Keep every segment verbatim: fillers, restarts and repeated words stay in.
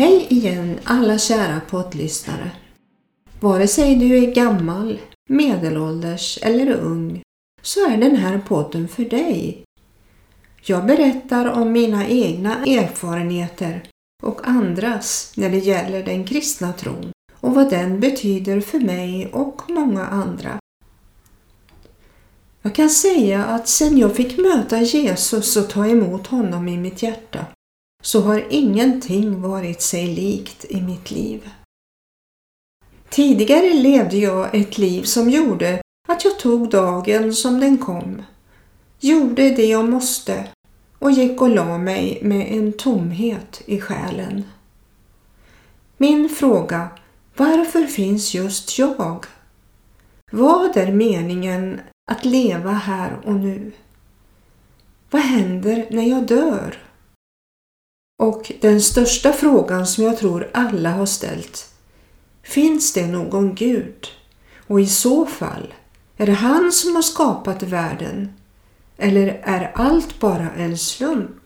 Hej igen alla kära poddlyssnare. Vare sig du är gammal, medelålders eller ung så är den här podden för dig. Jag berättar om mina egna erfarenheter och andras när det gäller den kristna tron och vad den betyder för mig och många andra. Jag kan säga att sedan jag fick möta Jesus och ta emot honom i mitt hjärta så har ingenting varit sig likt i mitt liv. Tidigare levde jag ett liv som gjorde att jag tog dagen som den kom, gjorde det jag måste och gick och la mig med en tomhet i själen. Min fråga, varför finns just jag? Vad är meningen att leva här och nu? Vad händer när jag dör? Och den största frågan som jag tror alla har ställt. Finns det någon Gud? Och i så fall, är det han som har skapat världen? Eller är allt bara en slump?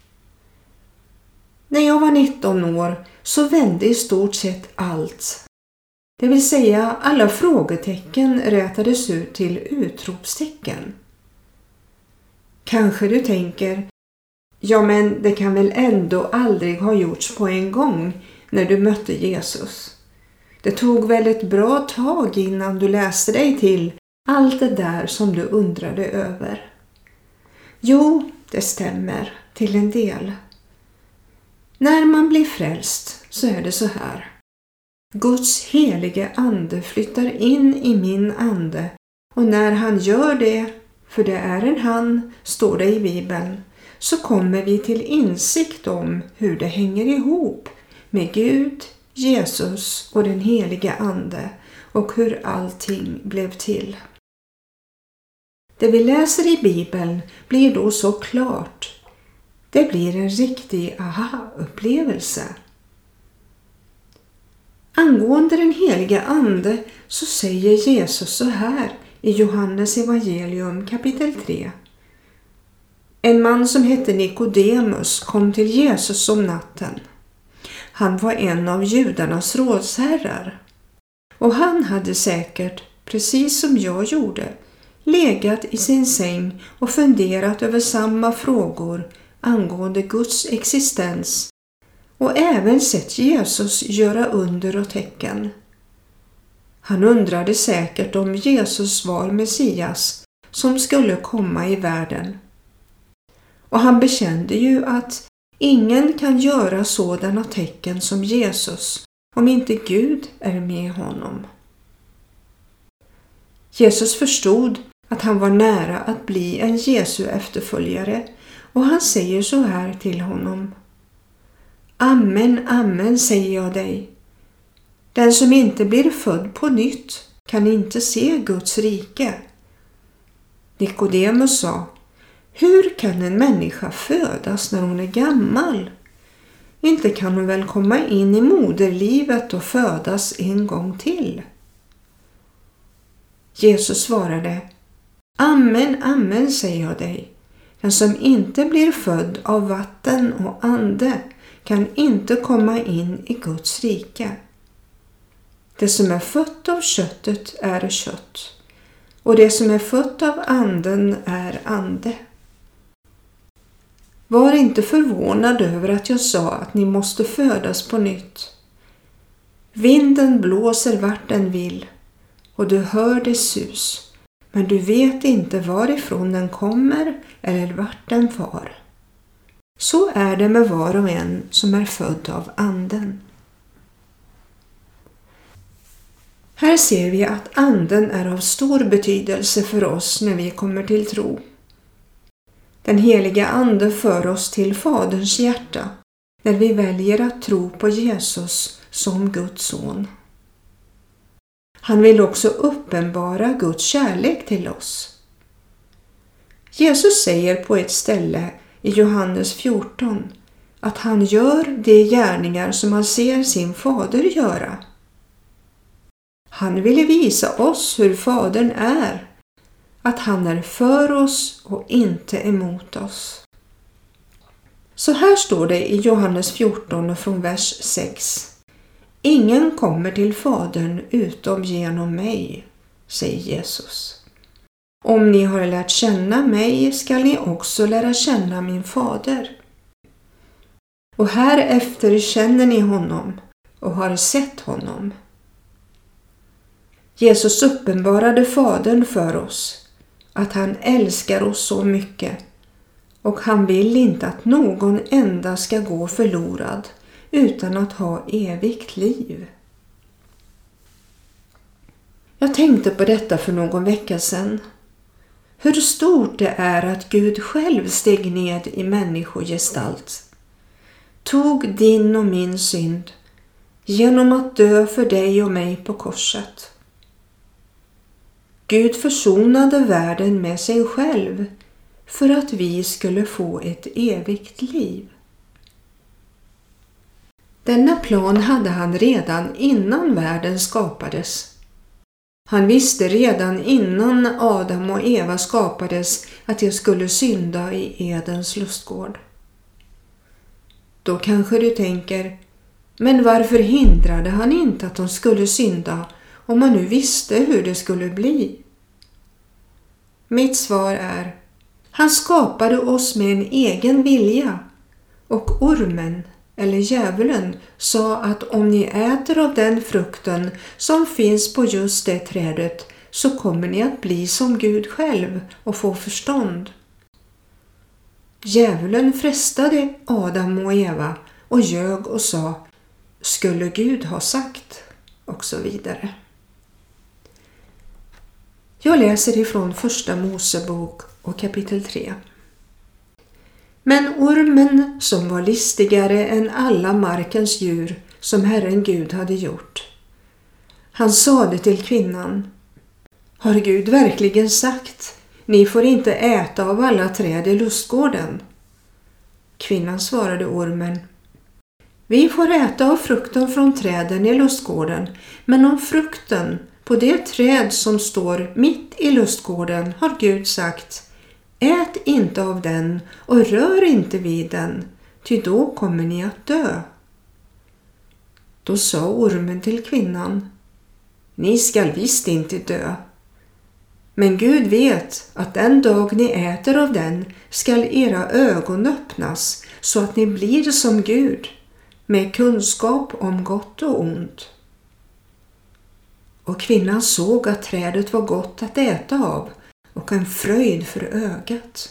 När jag var nitton år så vände i stort sett allt. Det vill säga alla frågetecken rätades ut till utropstecken. Kanske du tänker, ja men det kan väl ändå aldrig ha gjorts på en gång när du mötte Jesus. Det tog väl ett bra tag innan du läste dig till allt det där som du undrade över. Jo, det stämmer till en del. När man blir frälst så är det så här. Guds helige ande flyttar in i min ande och när han gör det, för det är en han, står det i Bibeln, så kommer vi till insikt om hur det hänger ihop med Gud, Jesus och den heliga ande och hur allting blev till. Det vi läser i Bibeln blir då så klart. Det blir en riktig aha-upplevelse. Angående den heliga ande så säger Jesus så här i Johannes evangelium kapitel tre. En man som hette Nikodemus kom till Jesus om natten. Han var en av judarnas rådsherrar. Och han hade säkert, precis som jag gjorde, legat i sin säng och funderat över samma frågor angående Guds existens och även sett Jesus göra under och tecken. Han undrade säkert om Jesus var Messias som skulle komma i världen. Och han bekände ju att ingen kan göra sådana tecken som Jesus om inte Gud är med honom. Jesus förstod att han var nära att bli en Jesu efterföljare och han säger så här till honom. Amen, amen säger jag dig. Den som inte blir född på nytt kan inte se Guds rike. Nikodemus sa, hur kan en människa födas när hon är gammal? Inte kan hon väl komma in i moderlivet och födas en gång till? Jesus svarade, amen, amen säger jag dig. Den som inte blir född av vatten och ande kan inte komma in i Guds rike. Det som är fött av köttet är kött, och det som är fött av anden är ande. Var inte förvånad över att jag sa att ni måste födas på nytt. Vinden blåser vart den vill, och du hör dess sus, men du vet inte varifrån den kommer eller vart den far. Så är det med var och en som är född av anden. Här ser vi att anden är av stor betydelse för oss när vi kommer till tro. Den heliga ande för oss till Faderns hjärta när vi väljer att tro på Jesus som Guds son. Han vill också uppenbara Guds kärlek till oss. Jesus säger på ett ställe i Johannes fjorton att han gör de gärningar som han ser sin fader göra. Han ville visa oss hur fadern är, att han är för oss och inte emot oss. Så här står det i Johannes fjorton från vers sex. Ingen kommer till Fadern utom genom mig, säger Jesus. Om ni har lärt känna mig skall ni också lära känna min fader. Och härefter känner ni honom och har sett honom. Jesus uppenbarade Fadern för oss, att han älskar oss så mycket och han vill inte att någon enda ska gå förlorad utan att ha evigt liv. Jag tänkte på detta för någon vecka sedan. Hur stort det är att Gud själv steg ned i människogestalt. Tog din och min synd genom att dö för dig och mig på korset. Gud försonade världen med sig själv för att vi skulle få ett evigt liv. Denna plan hade han redan innan världen skapades. Han visste redan innan Adam och Eva skapades att de skulle synda i Edens lustgård. Då kanske du tänker, men varför hindrade han inte att de skulle synda om man nu visste hur det skulle bli? Mitt svar är, han skapade oss med en egen vilja och ormen eller djävulen sa att om ni äter av den frukten som finns på just det trädet så kommer ni att bli som Gud själv och få förstånd. Djävulen frestade Adam och Eva och ljög och sa, skulle Gud ha sagt, och så vidare. Jag läser ifrån första Mosebok och kapitel tre. Men ormen som var listigare än alla markens djur som Herren Gud hade gjort. Han sade till kvinnan, har Gud verkligen sagt, ni får inte äta av alla träd i lustgården? Kvinnan svarade ormen, vi får äta av frukten från träden i lustgården, men om frukten på det träd som står mitt i lustgården har Gud sagt, ät inte av den och rör inte vid den, ty då kommer ni att dö. Då sa ormen till kvinnan, ni skall visst inte dö. Men Gud vet att den dag ni äter av den skall era ögon öppnas så att ni blir som Gud, med kunskap om gott och ont. Och kvinnan såg att trädet var gott att äta av och en fröjd för ögat.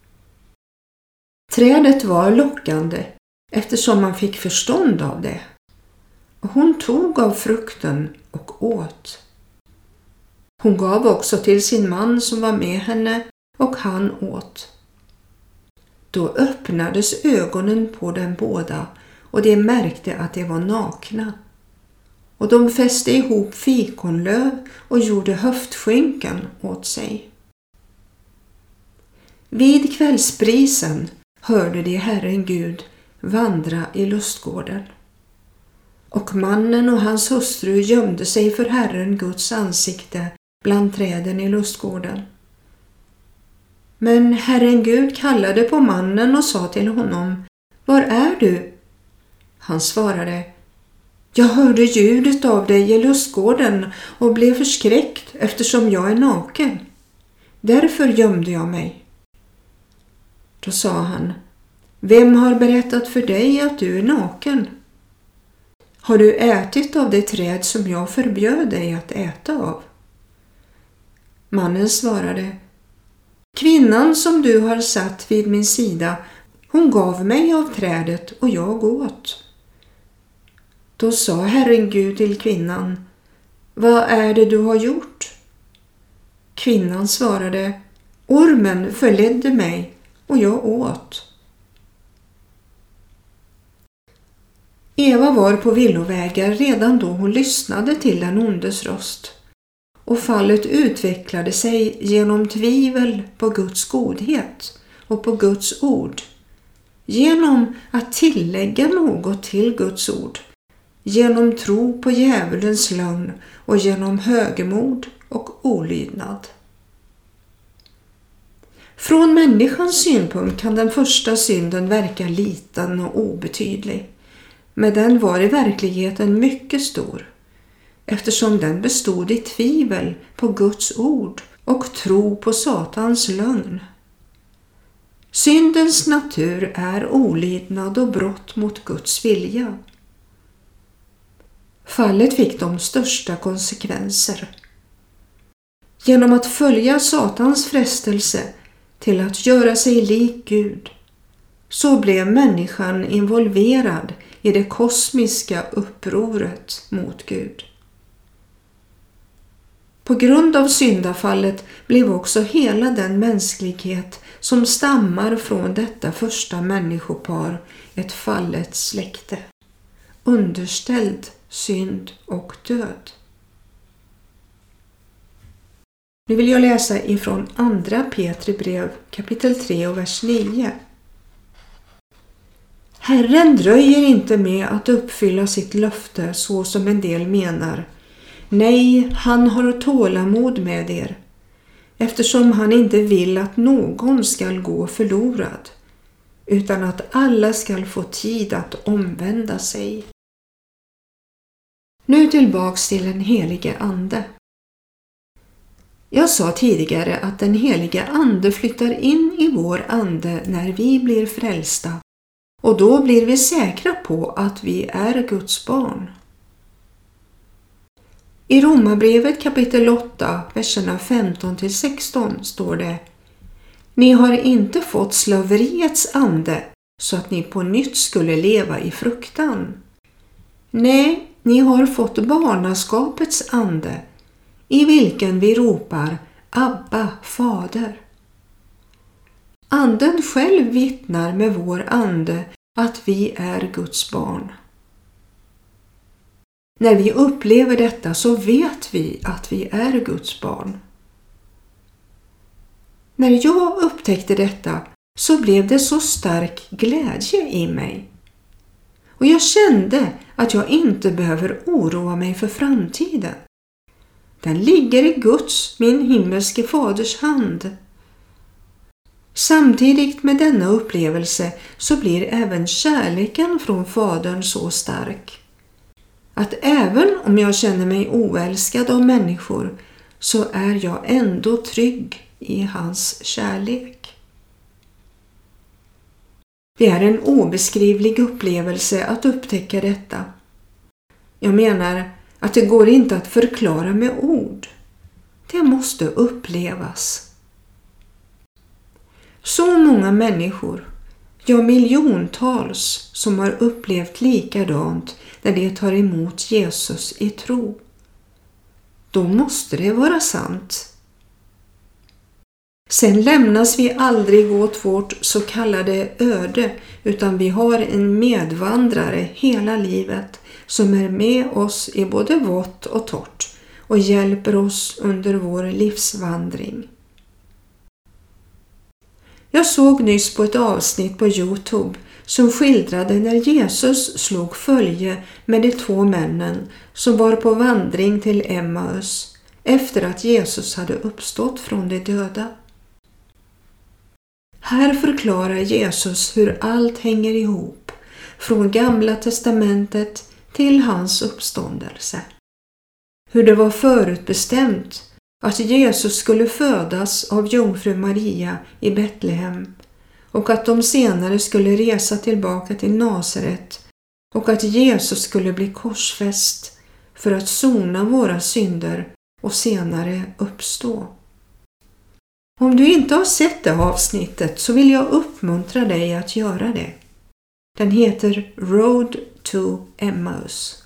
Trädet var lockande eftersom man fick förstånd av det. Och hon tog av frukten och åt. Hon gav också till sin man som var med henne och han åt. Då öppnades ögonen på dem båda och de märkte att de var nakna. Och de fäste ihop fikonlöv och gjorde höftskynken åt sig. Vid kvällsprisen hörde de Herren Gud vandra i lustgården. Och mannen och hans hustru gömde sig för Herren Guds ansikte bland träden i lustgården. Men Herren Gud kallade på mannen och sa till honom, var är du? Han svarade, jag hörde ljudet av dig i lustgården och blev förskräckt eftersom jag är naken. Därför gömde jag mig. Då sa han, vem har berättat för dig att du är naken? Har du ätit av det träd som jag förbjöd dig att äta av? Mannen svarade, kvinnan som du har satt vid min sida, hon gav mig av trädet och jag åt. Då sa Herren Gud till kvinnan, vad är det du har gjort? Kvinnan svarade, ormen förledde mig och jag åt. Eva var på villovägar redan då hon lyssnade till den ondes röst. Och fallet utvecklade sig genom tvivel på Guds godhet och på Guds ord. Genom att tillägga något till Guds ord. Genom tro på djävulens lögn och genom högmod och olydnad. Från människans synpunkt kan den första synden verka liten och obetydlig, men den var i verkligheten mycket stor, eftersom den bestod i tvivel på Guds ord och tro på Satans lögn. Syndens natur är olydnad och brott mot Guds vilja. Fallet fick de största konsekvenser. Genom att följa Satans frestelse till att göra sig lik Gud, så blev människan involverad i det kosmiska upproret mot Gud. På grund av syndafallet blev också hela den mänsklighet som stammar från detta första människopar ett fallet släkte, underställd synd och död. Nu vill jag läsa ifrån andra Petri brev kapitel tre och vers nio. Herren dröjer inte med att uppfylla sitt löfte så som en del menar. Nej, han har tålamod med er, eftersom han inte vill att någon skall gå förlorad, utan att alla skall få tid att omvända sig. Nu tillbaks till den helige ande. Jag sa tidigare att den helige ande flyttar in i vår ande när vi blir frälsta, och då blir vi säkra på att vi är Guds barn. I Romarbrevet kapitel åtta, verserna femton till sexton står det: Ni har inte fått slaveriets ande så att ni på nytt skulle leva i fruktan. Nej, ni har fått barnaskapets ande, i vilken vi ropar Abba, Fader. Anden själv vittnar med vår ande att vi är Guds barn. När vi upplever detta så vet vi att vi är Guds barn. När jag upptäckte detta så blev det så stark glädje i mig. Och jag kände att jag inte behöver oroa mig för framtiden. Den ligger i Guds, min himmelske faders hand. Samtidigt med denna upplevelse så blir även kärleken från fadern så stark, att även om jag känner mig oälskad av människor så är jag ändå trygg i hans kärlek. Det är en obeskrivlig upplevelse att upptäcka detta. Jag menar att det går inte att förklara med ord. Det måste upplevas. Så många människor, ja miljontals, som har upplevt likadant när de tar emot Jesus i tro. Då måste det vara sant. Sen lämnas vi aldrig åt vårt så kallade öde, utan vi har en medvandrare hela livet som är med oss i både vått och torrt och hjälper oss under vår livsvandring. Jag såg nyss på ett avsnitt på YouTube som skildrade när Jesus slog följe med de två männen som var på vandring till Emmaus efter att Jesus hade uppstått från de döda. Här förklarar Jesus hur allt hänger ihop, från Gamla testamentet till hans uppståndelse. Hur det var förutbestämt att Jesus skulle födas av jungfru Maria i Betlehem och att de senare skulle resa tillbaka till Nasaret och att Jesus skulle bli korsfäst för att sona våra synder och senare uppstå. Om du inte har sett det avsnittet så vill jag uppmuntra dig att göra det. Den heter Road to Emmaus.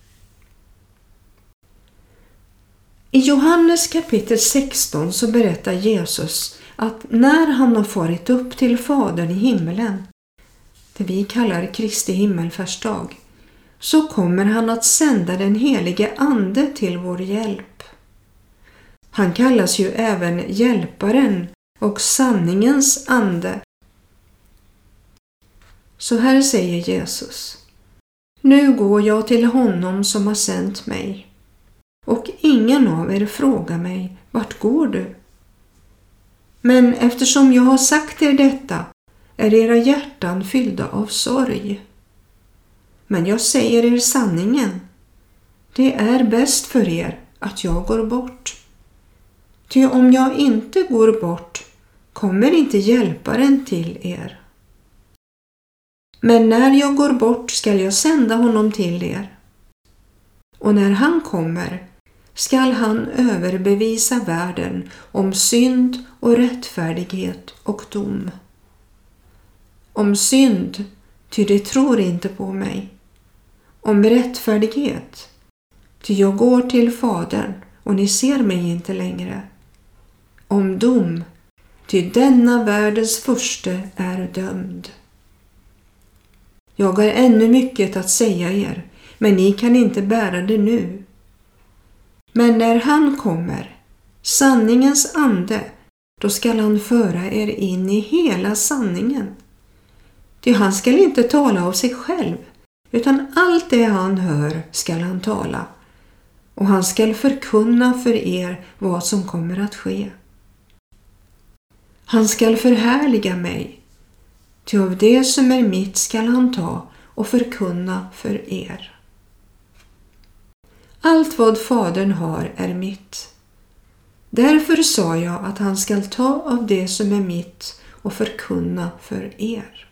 I Johannes kapitel sexton så berättar Jesus att när han har farit upp till Fadern i himmelen, det vi kallar Kristi himmelfärdsdag, så kommer han att sända den helige ande till vår hjälp. Han kallas ju även hjälparen och sanningens ande. Så här säger Jesus: Nu går jag till honom som har sänt mig, och ingen av er frågar mig, vart går du? Men eftersom jag har sagt er detta är era hjärtan fyllda av sorg. Men jag säger er sanningen. Det är bäst för er att jag går bort. Ty om jag inte går bort kommer inte hjälparen till er. Men när jag går bort skall jag sända honom till er. Och när han kommer skall han överbevisa världen om synd och rättfärdighet och dom. Om synd, ty de tror inte på mig. Om rättfärdighet, ty jag går till Fadern och ni ser mig inte längre. Om dom, ty denna världens furste är dömd. Jag har ännu mycket att säga er, men ni kan inte bära det nu. Men när han kommer, sanningens ande, då skall han föra er in i hela sanningen. Ty han skall inte tala av sig själv, utan allt det han hör skall han tala. Och han skall förkunna för er vad som kommer att ske. Han skall förhärliga mig, ty av det som är mitt skall han ta och förkunna för er. Allt vad Fadern har är mitt. Därför sa jag att han skall ta av det som är mitt och förkunna för er.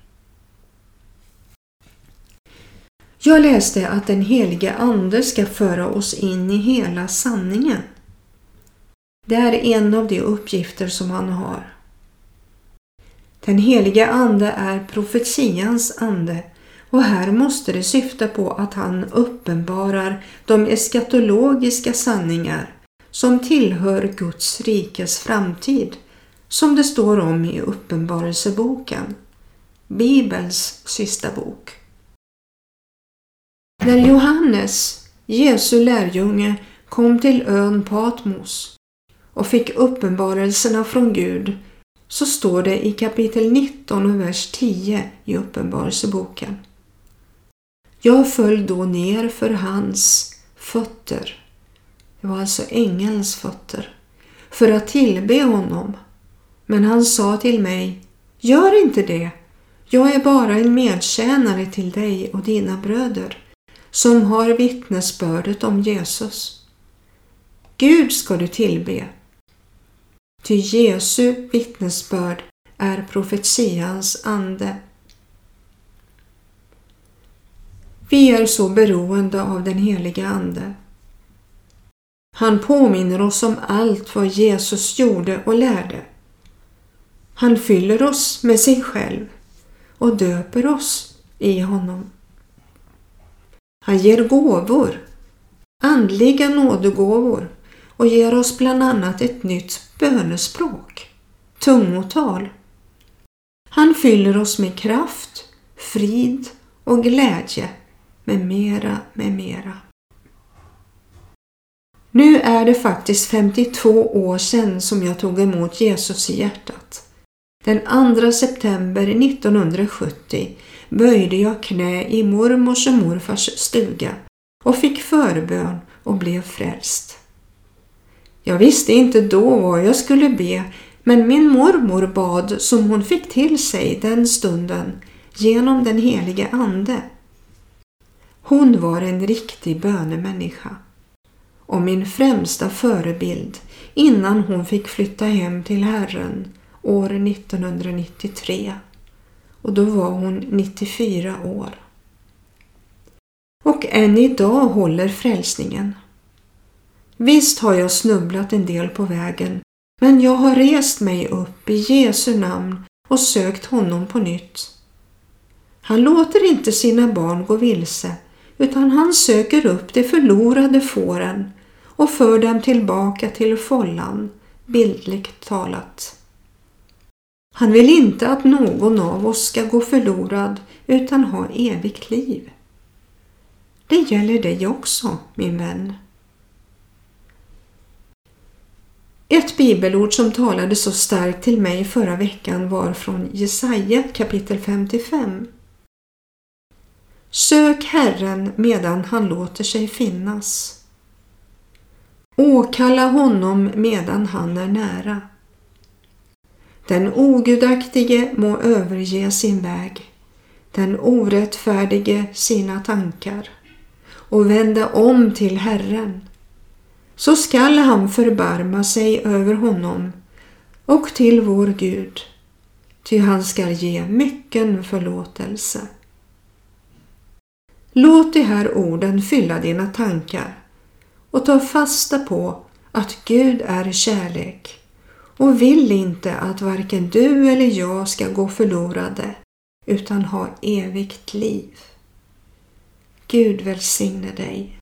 Jag läste att den helige ande ska föra oss in i hela sanningen. Det är en av de uppgifter som han har. Den helige ande är profetians ande, och här måste det syfta på att han uppenbarar de eskatologiska sanningar som tillhör Guds rikes framtid, som det står om i Uppenbarelseboken, Bibelns sista bok. När Johannes, Jesu lärjunge, kom till ön Patmos och fick uppenbarelserna från Gud, så står det i kapitel nitton och vers tio i Uppenbarelseboken. Jag föll då ner för hans fötter, det var alltså ängelns fötter, för att tillbe honom. Men han sa till mig, gör inte det, jag är bara en medtjänare till dig och dina bröder, som har vittnesbördet om Jesus. Gud ska du tillbe, ty Jesu vittnesbörd är profetians ande. Vi är så beroende av den heliga ande. Han påminner oss om allt vad Jesus gjorde och lärde. Han fyller oss med sig själv och döper oss i honom. Han ger gåvor, andliga nådegåvor, och ger oss bland annat ett nytt bönespråk, tungotal. Han fyller oss med kraft, frid och glädje, med mera, med mera. Nu är det faktiskt femtiotvå år sedan som jag tog emot Jesus i hjärtat. Den andra september nittonhundrasjuttio böjde jag knä i mormors och morfars stuga och fick förbön och blev frälst. Jag visste inte då vad jag skulle be, men min mormor bad som hon fick till sig den stunden genom den helige ande. Hon var en riktig bönemänniska och min främsta förebild innan hon fick flytta hem till Herren år nittonhundranittiotre, och då var hon nittiofyra år. Och än idag håller frälsningen. Visst har jag snubblat en del på vägen, men jag har rest mig upp i Jesu namn och sökt honom på nytt. Han låter inte sina barn gå vilse, utan han söker upp de förlorade fåren och för dem tillbaka till follan, bildligt talat. Han vill inte att någon av oss ska gå förlorad utan ha evigt liv. Det gäller dig också, min vän. Ett bibelord som talade så starkt till mig förra veckan var från Jesaja kapitel femtiofem. Sök Herren medan han låter sig finnas. Åkalla honom medan han är nära. Den ogudaktige må överge sin väg, den orättfärdige sina tankar och vända om till Herren. Så skall han förbarma sig över honom och till vår Gud, ty han skall ge mycken förlåtelse. Låt de här orden fylla dina tankar och ta fasta på att Gud är kärlek och vill inte att varken du eller jag ska gå förlorade utan ha evigt liv. Gud välsigne dig.